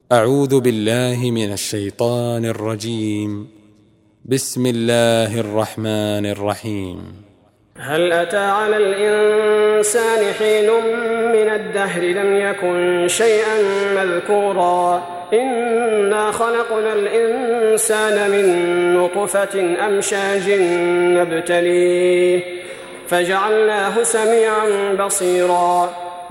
أعوذ بالله من الشيطان الرجيم. بسم الله الرحمن الرحيم. هل أتى على الإنسان حين من الدهر لم يكن شيئا مذكورا إنا خلقنا الإنسان من نطفة أمشاج نبتليه فجعلناه سميعا بصيرا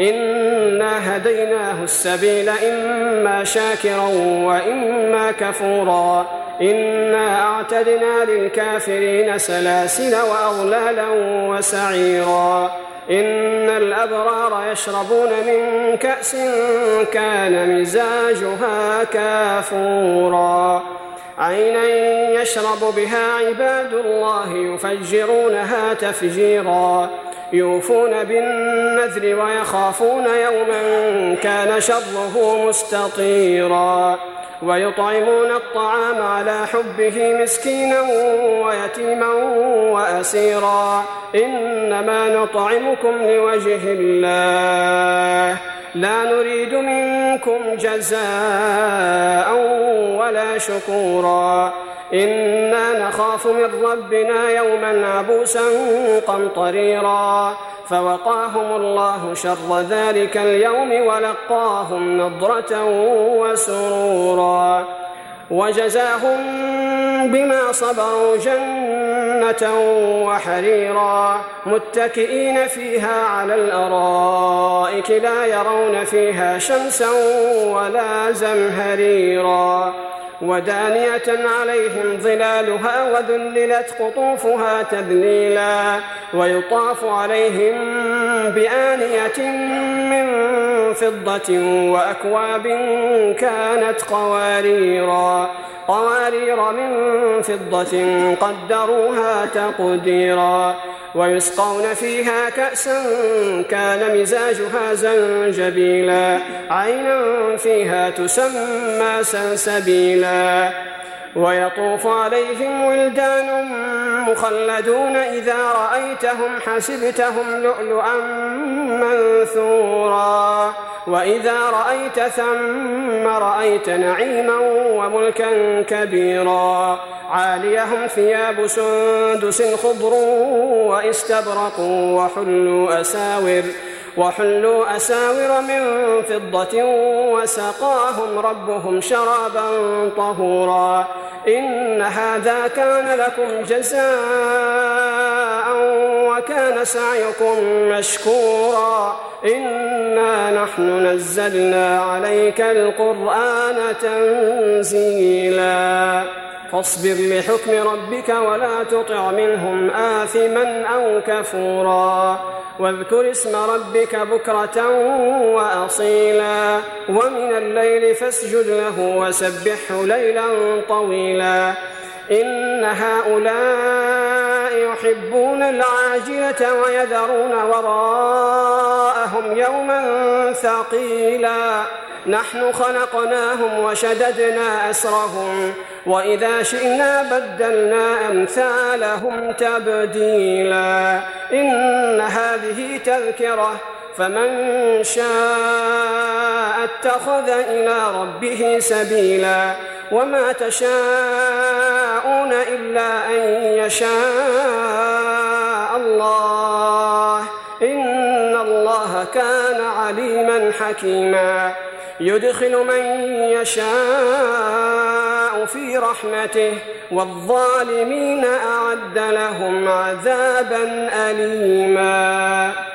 إنا هديناه السبيل إما شاكرا وإما كفورا إنا أعتدنا للكافرين سلاسل وأغلالا وسعيرا إن الأبرار يشربون من كأس كان مزاجها كافورا عينا يشرب بها عباد الله يفجرونها تفجيرا يوفون بالنذر ويخافون يوما كان شره مستطيرا ويطعمون الطعام على حبه مسكينا ويتيما وأسيرا إنما نطعمكم لوجه الله لا نريد منكم جزاء ولا شكورا إنا نخاف من ربنا يوما عبوسا قمطريرا فوقاهم الله شر ذلك اليوم ولقاهم نضرة وسرورا وجزاهم بما صبروا جنة وحريرا متكئين فيها على الأرائك لا يرون فيها شمسا ولا زمهريرا ودانية عليهم ظلالها وذللت قطوفها تذليلا ويطاف عليهم بآنية من فضة وأكواب كانت قوارير من فضة قدروها تقديرا ويسقون فيها كأسا كان مزاجها زنجبيلا عينا فيها تسمى سلسبيلا ويطوف عليهم ولدان مخلدون إذا رأيتهم حسبتهم لؤلؤا منثورا وإذا رأيت ثم رأيت نعيما وملكا كبيرا عاليهم ثياب سندس خضر واستبرق وحلوا أساور من فضة وسقاهم ربهم شرابا طهورا إن هذا كان لكم جزاء وكان سعيكم مشكورا إنا نحن نزلنا عليك القرآن تنزيلا فاصبر لحكم ربك ولا تطع منهم آثما أو كفورا واذكر اسم ربك بكرة وأصيلا ومن الليل فاسجد له وسبحه ليلا طويلا إن هؤلاء يحبون العاجلة ويذرون وراءهم يوما ثقيلا نحن خلقناهم وشددنا أسرهم وإذا شئنا بدلنا أمثالهم تبديلا إن هذه تذكرة فمن شاء اتخذ إلى ربه سبيلا وما تشاءون إلا أن يشاء الله إن الله كان عليما حكيما يدخل من يشاء في رحمته والظالمين أعد لهم عذابا أليما.